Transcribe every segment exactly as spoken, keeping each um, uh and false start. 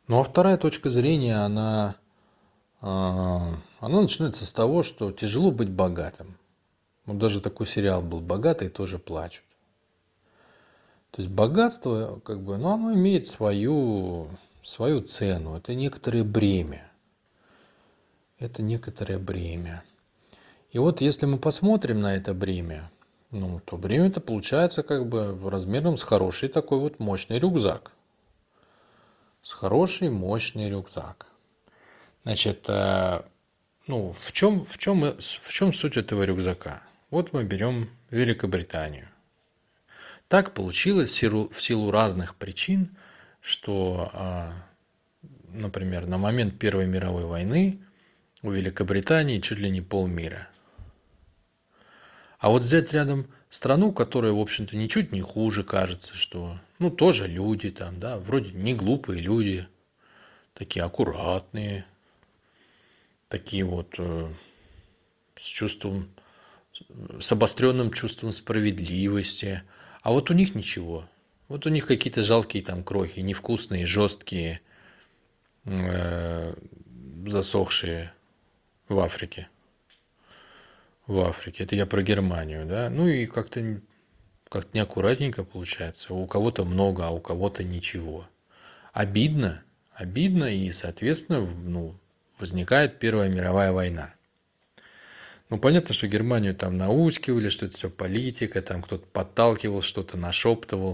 Ну, а вторая точка зрения, она, а, она начинается с того, что тяжело быть богатым. Вот даже такой сериал был «Богатые тоже плачут». То есть богатство, как бы, ну, оно имеет свою, свою цену. Это некоторое бремя. Это некоторое бремя. И вот если мы посмотрим на это бремя, ну, то бремя-то получается как бы размером с хороший такой вот мощный рюкзак. С хороший мощный рюкзак. Значит, э, ну, в чем, в чем, э, с- в чем суть этого рюкзака? Вот мы берем Великобританию. Так получилось в силу, в силу разных причин, что, а, например, на момент Первой мировой войны у Великобритании чуть ли не полмира. А вот взять рядом страну, которая, в общем-то, ничуть не хуже, кажется, что, ну, тоже люди там, да, вроде не глупые люди, такие аккуратные, такие вот э, с чувством, с обостренным чувством справедливости. А вот у них ничего. Вот у них какие-то жалкие там крохи, невкусные, жесткие, э, засохшие в Африке. В Африке. Это я про Германию, да. Ну и как-то как-то неаккуратненько получается. У кого-то много, а у кого-то ничего. Обидно, обидно, и, соответственно, ну, возникает Первая мировая война. Ну, понятно, что Германию там наускивали, что это все политика, там кто-то подталкивал, что-то нашептывал.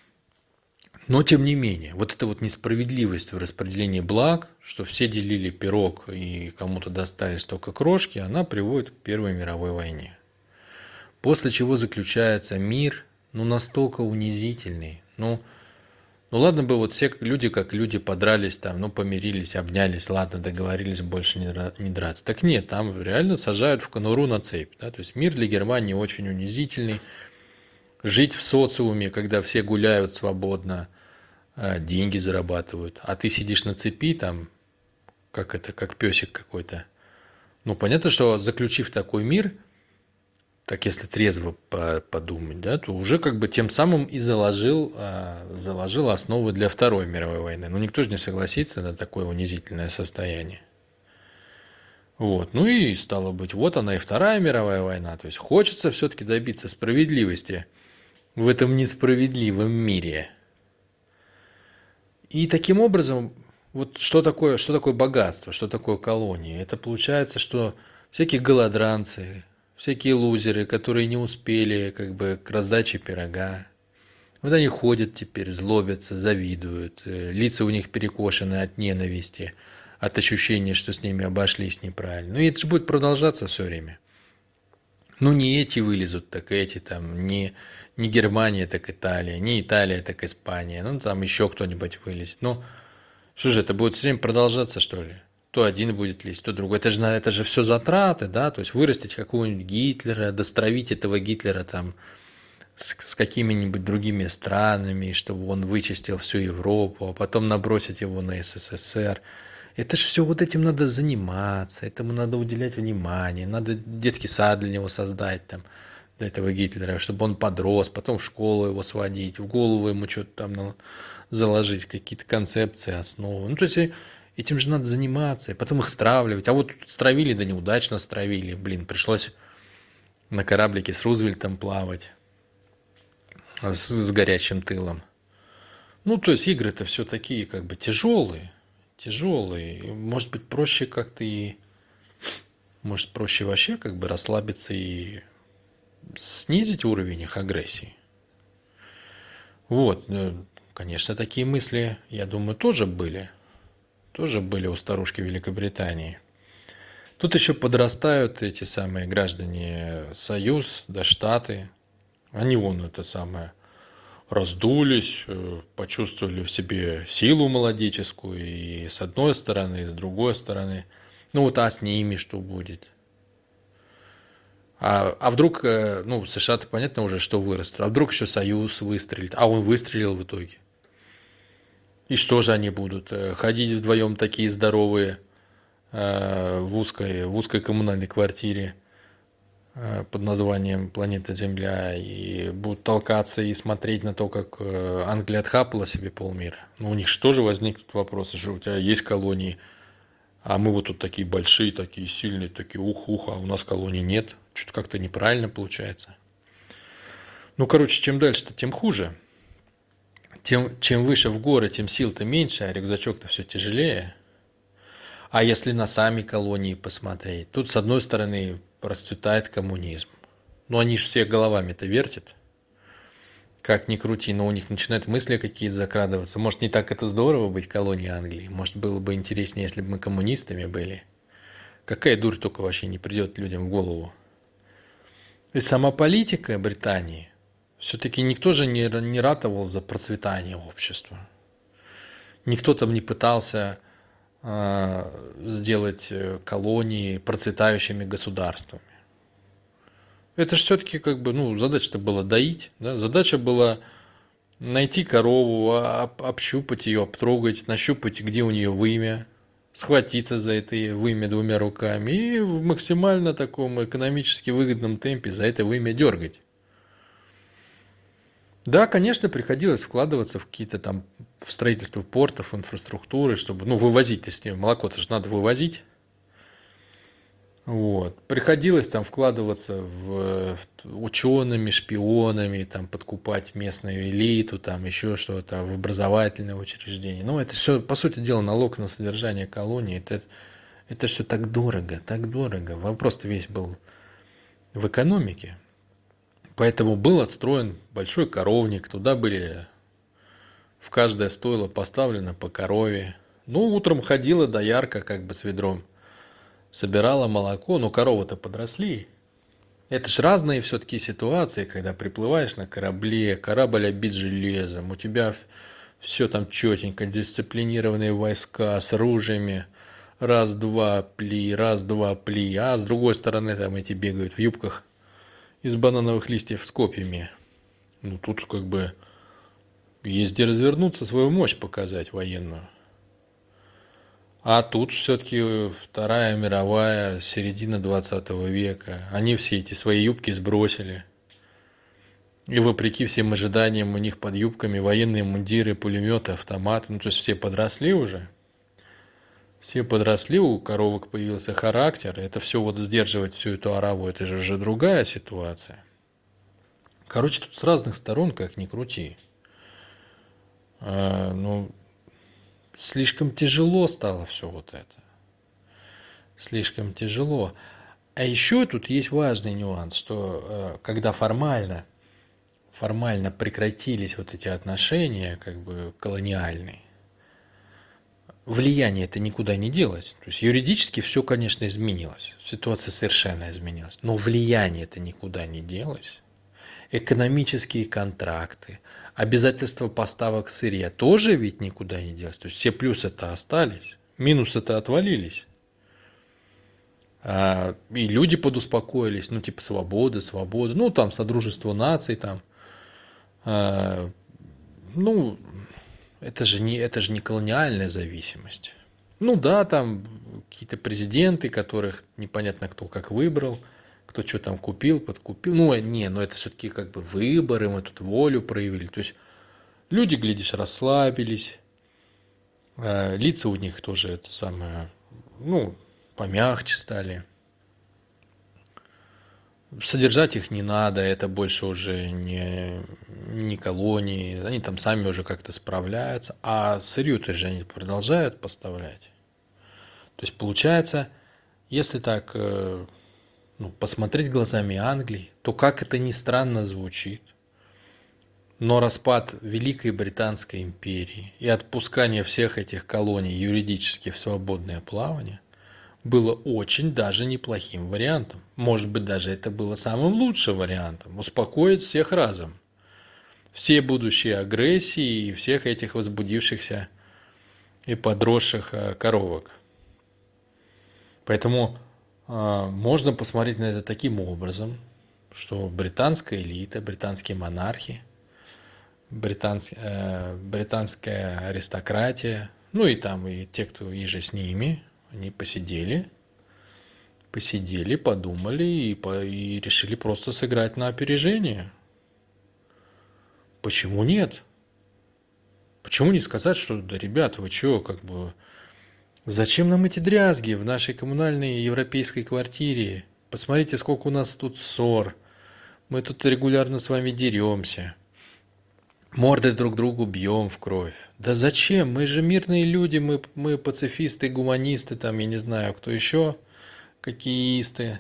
Но, тем не менее, вот эта вот несправедливость в распределении благ, что все делили пирог и кому-то достались только крошки, она приводит к Первой мировой войне. После чего заключается мир, ну, настолько унизительный. Ну, ну ладно бы вот все люди как люди подрались там, ну помирились, обнялись, ладно, договорились больше не, дра- не драться. Так нет, там реально сажают в конуру на цепь. Да? То есть мир для Германии очень унизительный. Жить в социуме, когда все гуляют свободно, а, деньги зарабатывают, а ты сидишь на цепи там, как это, как песик какой-то. Ну понятно, что заключив такой мир, так если трезво по- подумать, да, то уже как бы тем самым и заложил, а, заложил основы для Второй мировой войны. Ну никто же не согласится на такое унизительное состояние. Вот. Ну и стало быть, вот она и Вторая мировая война. То есть хочется все-таки добиться справедливости в этом несправедливом мире. И таким образом, вот что такое, что такое богатство, что такое колонии? Это получается, что всякие голодранцы, всякие лузеры, которые не успели как бы к раздаче пирога, вот они ходят теперь, злобятся, завидуют, э, лица у них перекошены от ненависти, от ощущения, что с ними обошлись неправильно. Ну и это же будет продолжаться все время. Ну не эти вылезут, так эти там, не, не Германия, так Италия, не Италия, так Испания, ну там еще кто-нибудь вылезет. Ну что же, это будет все время продолжаться, что ли? То один будет лезть, то другой. Это же, на- это же все затраты, да? То есть вырастить какого-нибудь Гитлера, достравить этого Гитлера там с, с какими-нибудь другими странами, чтобы он вычистил всю Европу, а потом набросить его на СССР. Это же все вот этим надо заниматься, этому надо уделять внимание, надо детский сад для него создать там, для этого Гитлера, чтобы он подрос, потом в школу его сводить, в голову ему что-то там ну, заложить, какие-то концепции, основы. Ну, то есть э, этим же надо заниматься, и потом их стравливать. А вот стравили, да неудачно стравили, блин, пришлось на кораблике с Рузвельтом плавать а, с, с горячим тылом. Ну, то есть игры-то все такие как бы тяжелые, тяжелые. Может быть, проще как-то и может, проще вообще как бы расслабиться и снизить уровень их агрессии? Вот, э, конечно, такие мысли, я думаю, тоже были. Тоже были у старушки Великобритании. Тут еще подрастают эти самые граждане Союз, да Штаты. Они вон это самое раздулись, э, почувствовали в себе силу молодеческую и с одной стороны, и с другой стороны. Ну вот, а с ними что будет? А, а вдруг, э, ну, США-то понятно уже, что вырастет. А вдруг еще Союз выстрелит? А он выстрелил в итоге. И что же они будут? э, Ходить вдвоем такие здоровые э, в узкой, в узкой коммунальной квартире, э, под названием «Планета Земля» и будут толкаться и смотреть на то, как э, Англия отхапала себе полмира. Но у них же тоже возникнут вопросы, что у тебя есть колонии, а мы вот тут такие большие, такие сильные, такие ух-ух, а у нас колоний нет. Что-то как-то неправильно получается. Ну, короче, чем дальше-то, тем хуже. Тем, чем выше в горы, тем сил-то меньше, а рюкзачок-то все тяжелее. А если на сами колонии посмотреть, тут с одной стороны расцветает коммунизм. Но они же все головами-то вертят. Как ни крути, но у них начинают мысли какие-то закрадываться. Может, не так это здорово быть колонией Англии? Может, было бы интереснее, если бы мы коммунистами были? Какая дурь только вообще не придет людям в голову? И сама политика Британии, все-таки никто же не, не ратовал за процветание общества. Никто там не пытался э, сделать колонии процветающими государствами. Это же все-таки как бы, ну, задача-то была доить, да? Задача была найти корову, об, общупать ее, обтрогать, нащупать, где у нее вымя, схватиться за это вымя двумя руками и в максимально таком экономически выгодном темпе за это вымя дергать. Да, конечно, приходилось вкладываться в какие-то там в строительство портов, инфраструктуры, чтобы, ну, вывозить, если молоко-то же надо вывозить. Вот. Приходилось там вкладываться в, в учеными, шпионами, там подкупать местную элиту, там еще что-то, в образовательные учреждения. Ну, это все, по сути дела, налог на содержание колонии. Это, это все так дорого, так дорого. Вопрос-то весь был в экономике. Поэтому был отстроен большой коровник, туда были в каждое стойло поставлено по корове. Ну, утром ходила доярка как бы с ведром, собирала молоко, но коровы-то подросли. Это ж разные все-таки ситуации, когда приплываешь на корабле, корабль обит железом, у тебя все там четенько, дисциплинированные войска с ружьями, раз-два пли, раз-два пли, а с другой стороны там эти бегают в юбках из банановых листьев с копьями. Ну тут как бы есть где развернуться, свою мощь показать военную. А тут все-таки Вторая мировая, середина двадцатого века. Они все эти свои юбки сбросили. И вопреки всем ожиданиям у них под юбками военные мундиры, пулеметы, автоматы. Ну, то есть все подросли уже. Все подросли, у коровок появился характер. Это все вот сдерживать всю эту ораву, это же уже другая ситуация. Короче, тут с разных сторон, как ни крути. А, ну, слишком тяжело стало все вот это. Слишком тяжело. А еще тут есть важный нюанс, что когда формально, формально прекратились вот эти отношения, как бы колониальные, влияние это никуда не делось. То есть юридически все, конечно, изменилось. Ситуация совершенно изменилась. Но влияние это никуда не делось. Экономические контракты, обязательства поставок сырья тоже ведь никуда не делось. То есть все плюсы-то остались, минусы-то отвалились. А, и люди подуспокоились, ну, типа, свобода, свобода. Ну, там, Содружество наций, там. А, ну, это же, не, это же не колониальная зависимость. Ну, да, там какие-то президенты, которых непонятно кто как выбрал, кто что там купил, подкупил. Ну, не, но это все-таки как бы выборы, мы тут волю проявили. То есть люди, глядишь, расслабились. А, лица у них тоже это самое, ну, помягче стали. Содержать их не надо, это больше уже не, не колонии, они там сами уже как-то справляются, а сырье-то же они продолжают поставлять. То есть получается, если так э, ну, посмотреть глазами Англии, то как это ни странно звучит, но распад Великой Британской империи и отпускание всех этих колоний юридически в свободное плавание было очень даже неплохим вариантом. Может быть, даже это было самым лучшим вариантом. Успокоить всех разом. Все будущие агрессии и всех этих возбудившихся и подросших коровок. Поэтому э, можно посмотреть на это таким образом, что британская элита, британские монархи, британс, э, британская аристократия, ну и там и те, кто иже с ними, они посидели, посидели, подумали и, по, и решили просто сыграть на опережение. Почему нет? Почему не сказать, что, да, ребят, вы чё, как бы, зачем нам эти дрязги в нашей коммунальной европейской квартире? Посмотрите, сколько у нас тут ссор. Мы тут регулярно с вами деремся. Морды друг другу бьем в кровь. Да зачем? Мы же мирные люди, мы, мы пацифисты, гуманисты, там, я не знаю, кто еще, какиисты.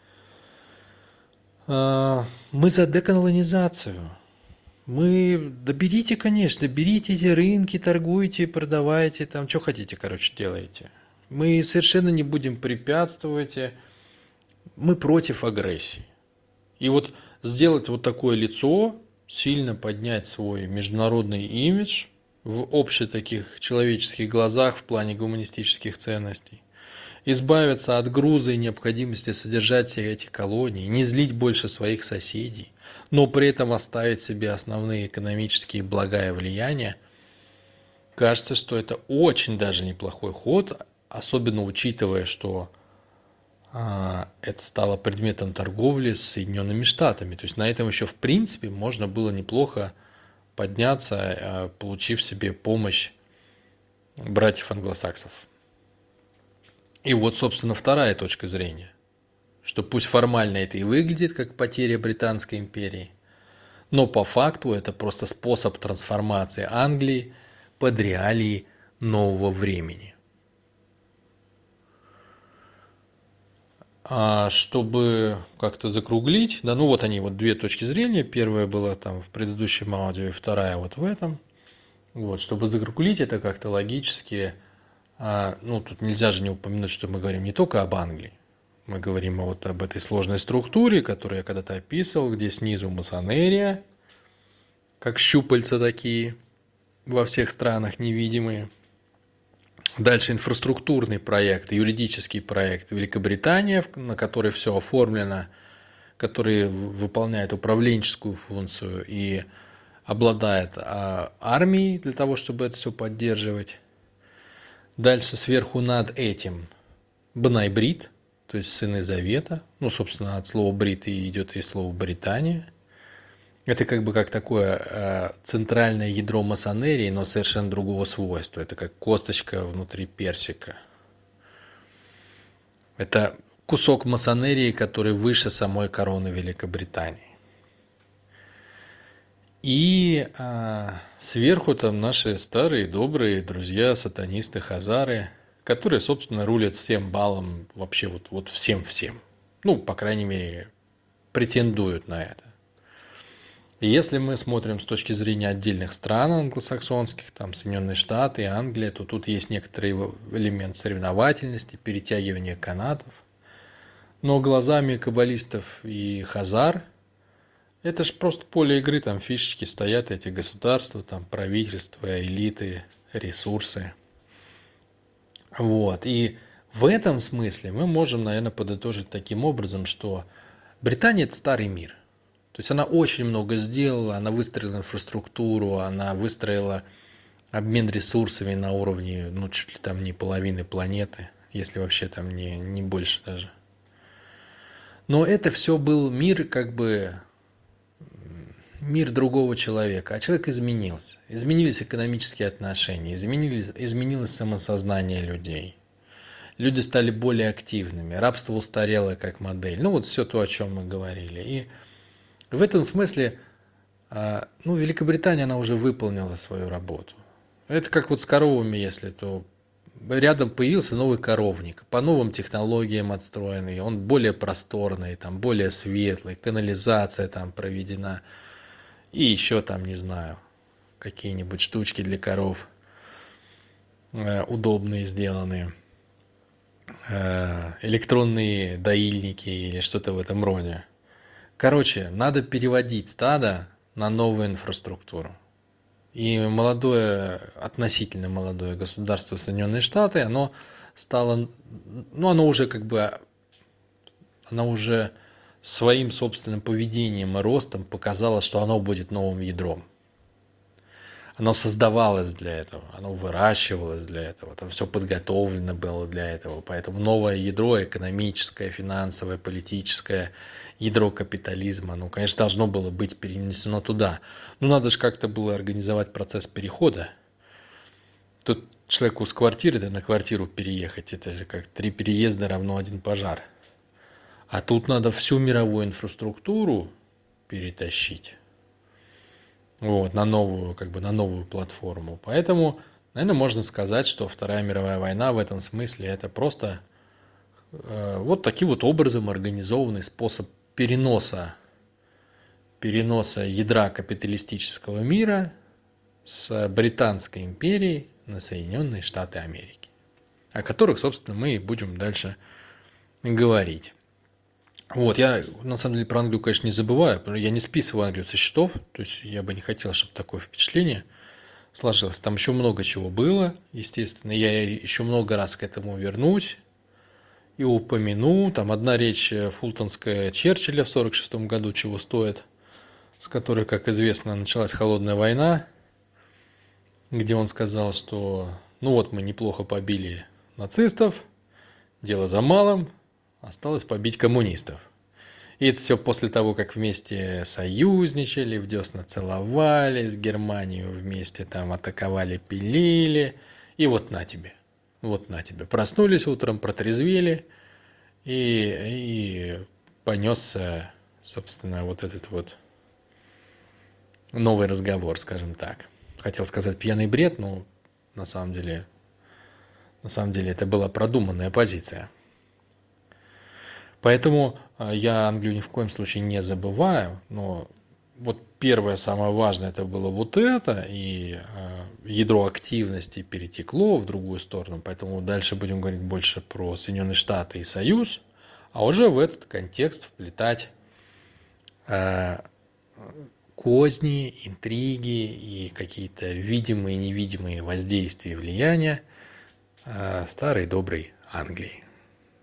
А, мы за деколонизацию. Мы, да берите, конечно, берите эти рынки, торгуйте, продавайте, там, что хотите, короче, делайте. Мы совершенно не будем препятствовать, мы против агрессии. И вот сделать вот такое лицо, сильно поднять свой международный имидж в общих таких человеческих глазах в плане гуманистических ценностей, избавиться от груза и необходимости содержать все эти колонии, не злить больше своих соседей, но при этом оставить себе основные экономические блага и влияния, кажется, что это очень даже неплохой ход, особенно учитывая, что а, это стало предметом торговли с Соединенными Штатами. То есть на этом еще в принципе можно было неплохо подняться, а, получив себе помощь братьев англосаксов. И вот, собственно, вторая точка зрения, что пусть формально это и выглядит как потеря Британской империи, но по факту это просто способ трансформации Англии под реалии нового времени. А чтобы как-то закруглить, да, ну вот они, вот две точки зрения, первая была там в предыдущем аудио, и вторая вот в этом. Вот, чтобы закруглить это как-то логически, а, ну тут нельзя же не упомянуть, что мы говорим не только об Англии. Мы говорим вот об этой сложной структуре, которую я когда-то описывал, где снизу масонерия, как щупальца такие, во всех странах невидимые. Дальше инфраструктурный проект, юридический проект Великобритания, на который все оформлено, который выполняет управленческую функцию и обладает армией для того, чтобы это все поддерживать. Дальше сверху над этим Бнай-Брит, то есть сыны Завета. Ну, собственно, от слова Брит и идет и слово Британия. Это как бы как такое э, центральное ядро масонерии, но совершенно другого свойства. Это как косточка внутри персика. Это кусок масонерии, который выше самой короны Великобритании. И э, сверху там наши старые добрые друзья, сатанисты, хазары, которые, собственно, рулят всем балом, вообще вот, вот всем-всем. Ну, по крайней мере, претендуют на это. И если мы смотрим с точки зрения отдельных стран англосаксонских, там Соединенные Штаты, Англия, то тут есть некоторый элемент соревновательности, перетягивания канатов. Но глазами каббалистов и хазар это же просто поле игры, там фишечки стоят, эти государства, там правительства, элиты, ресурсы. Вот. И в этом смысле мы можем, наверное, подытожить таким образом, что Британия – это старый мир. То есть она очень много сделала, она выстроила инфраструктуру, она выстроила обмен ресурсами на уровне, ну, чуть ли там не половины планеты, если вообще там не, не больше даже. Но это все был мир, как бы, мир другого человека, а человек изменился. Изменились экономические отношения, изменились, изменилось самосознание людей. Люди стали более активными, рабство устарело как модель. Ну, вот все то, о чем мы говорили. И в этом смысле, ну, Великобритания, она уже выполнила свою работу. Это как вот с коровами, если то рядом появился новый коровник, по новым технологиям отстроенный, он более просторный, там более светлый, канализация там проведена, и еще там, не знаю, какие-нибудь штучки для коров удобные сделанные, электронные доильники или что-то в этом роде. Короче, надо переводить стадо на новую инфраструктуру. И молодое, относительно молодое государство Соединенные Штаты, оно стало, ну оно уже как бы, оно уже своим собственным поведением и ростом показало, что оно будет новым ядром. Оно создавалось для этого, оно выращивалось для этого, там все подготовлено было для этого. Поэтому новое ядро экономическое, финансовое, политическое, ядро капитализма, ну, конечно, должно было быть перенесено туда. Ну, надо же как-то было организовать процесс перехода. Тут человеку с квартиры да, на квартиру переехать, это же как три переезда равно один пожар. А тут надо всю мировую инфраструктуру перетащить. Вот, на новую, как бы на новую платформу. Поэтому, наверное, можно сказать, что Вторая мировая война в этом смысле это просто э, вот таким вот образом организованный способ переноса, переноса ядра капиталистического мира с Британской империи на Соединенные Штаты Америки, о которых, собственно, мы и будем дальше говорить. Вот, я на самом деле про Англию, конечно, не забываю, я не списываю Англию со счетов, то есть я бы не хотел, чтобы такое впечатление сложилось. Там еще много чего было, естественно, я еще много раз к этому вернусь и упомяну. Там одна речь фултонская Черчилля в сорок шестом году чего стоит, с которой, как известно, началась холодная война, где он сказал, что ну вот мы неплохо побили нацистов, дело за малым, осталось побить коммунистов. И это все после того, как вместе союзничали, в десна целовались, Германию вместе там атаковали, пилили. И вот на тебе, вот на тебе. Проснулись утром, протрезвели, и, и понесся, собственно, вот этот вот новый разговор, скажем так. Хотел сказать пьяный бред, но на самом деле, на самом деле это была продуманная позиция. Поэтому я Англию ни в коем случае не забываю, но вот первое, самое важное, это было вот это, и ядро активности перетекло в другую сторону, поэтому дальше будем говорить больше про Соединенные Штаты и Союз, а уже в этот контекст вплетать козни, интриги и какие-то видимые и невидимые воздействия и влияния старой доброй Англии.